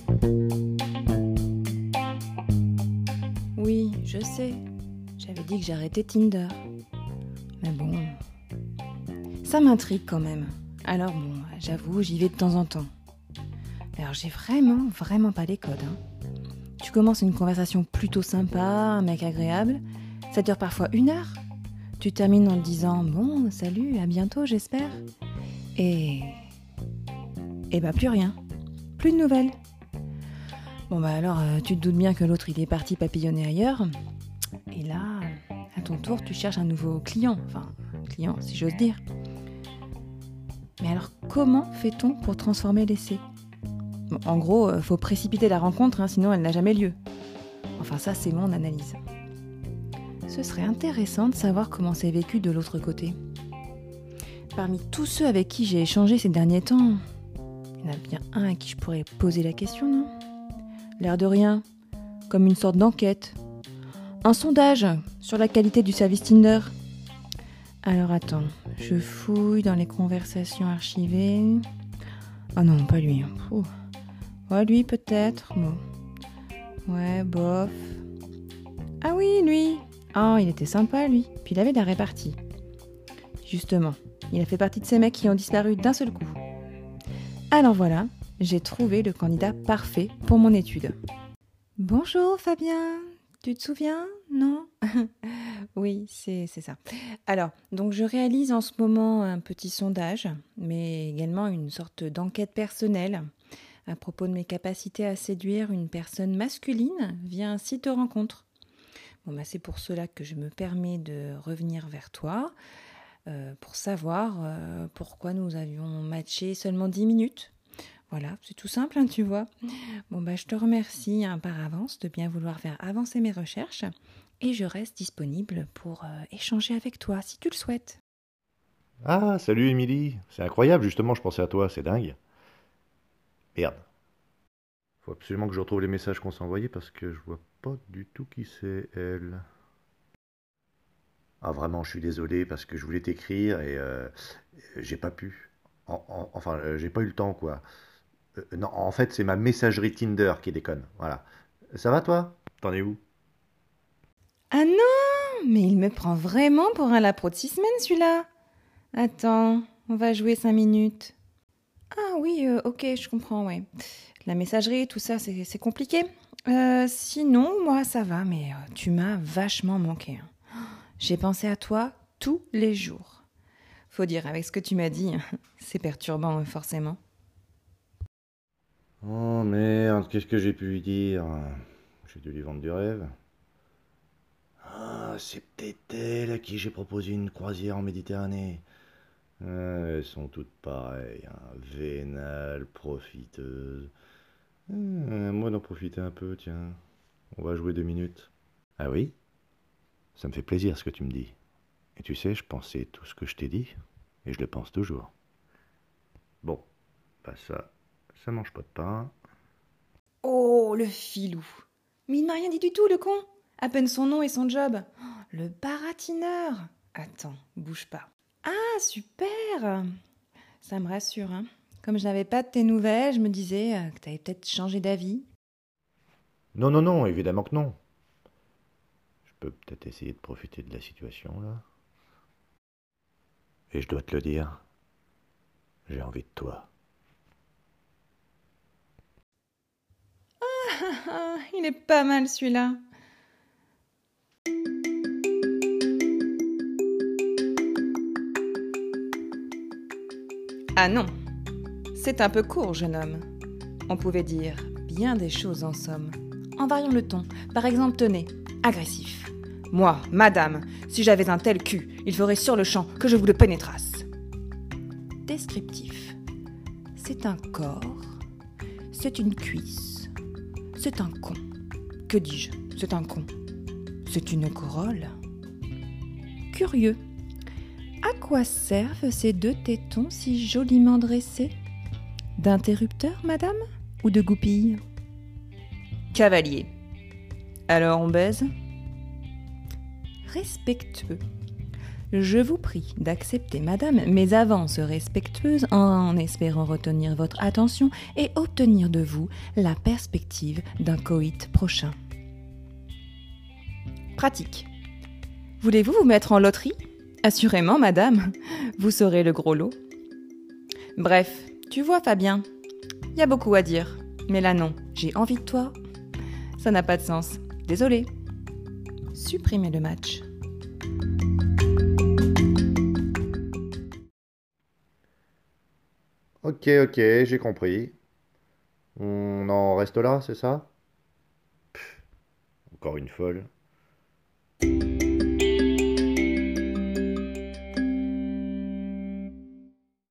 Oui, je sais. J'avais dit que j'arrêtais Tinder. Mais bon, ça m'intrigue quand même. Alors bon, j'avoue, j'y vais de temps en temps. Alors j'ai vraiment pas les codes. Tu commences une conversation plutôt sympa, un mec agréable. Ça dure parfois 1 heure. Tu termines en te disant « Bon, salut, à bientôt, j'espère. » Et bah plus rien. Plus de nouvelles. Bon bah alors, tu te doutes bien que l'autre il est parti papillonner ailleurs. Et là, à ton tour, tu cherches un nouveau client. Enfin, client si j'ose dire. Mais alors, comment fait-on pour transformer l'essai ? Bon, en gros, faut précipiter la rencontre, sinon elle n'a jamais lieu. Enfin ça, c'est mon analyse. Ce serait intéressant de savoir comment c'est vécu de l'autre côté. Parmi tous ceux avec qui j'ai échangé ces derniers temps, il y en a bien un à qui je pourrais poser la question, non ? L'air de rien, comme une sorte d'enquête. Un sondage sur la qualité du service Tinder. Alors attends, je fouille dans les conversations archivées. Ah non, pas lui. Ouh. Ouais, lui peut-être. Bon. Ouais, bof. Ah oui, lui. Oh, il était sympa, lui. Puis il avait la répartie. Justement, il a fait partie de ces mecs qui ont disparu d'un seul coup. Alors voilà, j'ai trouvé le candidat parfait pour mon étude. Bonjour Fabien, tu te souviens ? Non ? Oui, c'est ça. Alors, donc je réalise en ce moment un petit sondage, mais également une sorte d'enquête personnelle à propos de mes capacités à séduire une personne masculine via un site de rencontre. Bon, bah, c'est pour cela que je me permets de revenir vers toi pour savoir pourquoi nous avions matché seulement 10 minutes. Voilà, c'est tout simple, tu vois. Bon, bah, je te remercie par avance de bien vouloir faire avancer mes recherches et je reste disponible pour échanger avec toi si tu le souhaites. Ah, salut Émilie. C'est incroyable, justement, je pensais à toi, c'est dingue. Merde. Faut absolument que je retrouve les messages qu'on s'est envoyés parce que je vois pas du tout qui c'est, elle. Ah, vraiment, je suis désolé parce que je voulais t'écrire et j'ai pas pu. J'ai pas eu le temps, quoi. Non, en fait, c'est ma messagerie Tinder qui déconne. Voilà. Ça va, toi? T'en es où? Ah non, mais il me prend vraiment pour un lapro de 6 semaines celui-là. Attends, on va jouer 5 minutes. Ah oui, ok, je comprends, ouais. La messagerie, tout ça, c'est compliqué. Sinon, moi, ça va, mais tu m'as vachement manqué. J'ai pensé à toi tous les jours. Faut dire, avec ce que tu m'as dit, c'est perturbant, forcément. Oh merde, qu'est-ce que j'ai pu lui dire? J'ai dû lui vendre du rêve. Ah, c'est peut-être elle à qui j'ai proposé une croisière en Méditerranée. Elles sont toutes pareilles, vénales, profiteuses. Moi d'en profiter un peu, tiens. On va jouer 2 minutes. Ah oui? Ça me fait plaisir ce que tu me dis. Et tu sais, je pensais tout ce que je t'ai dit, et je le pense toujours. Bon, bah ça mange pas de pain. Oh, le filou. Mais il m'a rien dit du tout, le con. À peine son nom et son job. Oh, le baratineur. Attends, bouge pas. Ah, super. Ça me rassure, Comme je n'avais pas de tes nouvelles, je me disais que t'avais peut-être changé d'avis. Non, non, non, évidemment que non. Je peux peut-être essayer de profiter de la situation, là. Et je dois te le dire, j'ai envie de toi. Ah, il est pas mal celui-là. Ah non, c'est un peu court, jeune homme. On pouvait dire bien des choses en somme. En variant le ton. Par exemple, tenez, agressif. Moi, madame, si j'avais un tel cul, il ferait sur le champ que je vous le pénétrasse. Descriptif. C'est un corps, c'est une cuisse, c'est un con. Que dis-je ? C'est un con. C'est une corolle. Curieux. À quoi servent ces 2 tétons si joliment dressés ? D'interrupteur, madame ? Ou de goupille ? Cavalier. Alors on baise ? Respectueux. Je vous prie d'accepter, madame, mes avances respectueuses en espérant retenir votre attention et obtenir de vous la perspective d'un coït prochain. Pratique. Voulez-vous vous mettre en loterie ? Assurément, madame, vous saurez le gros lot. Bref, tu vois, Fabien, il y a beaucoup à dire. Mais là non, j'ai envie de toi. Ça n'a pas de sens. Désolée. Supprimez le match. Ok, j'ai compris. On en reste là, c'est ça? Encore une folle.